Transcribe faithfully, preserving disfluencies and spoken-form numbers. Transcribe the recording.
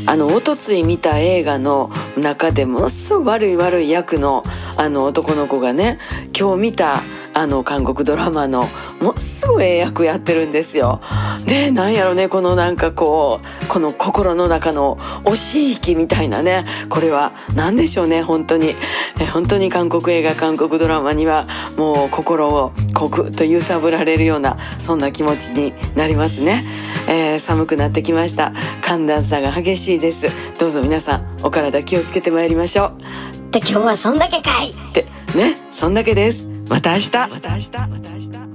あのおとつい見た映画の中でものすごい悪い悪い役のあの男の子がね、今日見たあの韓国ドラマのものすごいええ役やってるんですよ。で、なんやろね、このなんかこうこの心の中の押し引きみたいなね、これは何でしょうね。本当にえ本当に韓国映画韓国ドラマにはもう心をこくっと揺さぶられるような、そんな気持ちになりますね。えー、寒くなってきました。寒暖差が激しいです。どうぞ皆さんお体気をつけてまいりましょう。で、今日はそんだけかいってね、そんだけです。また明日。また明日。また明日。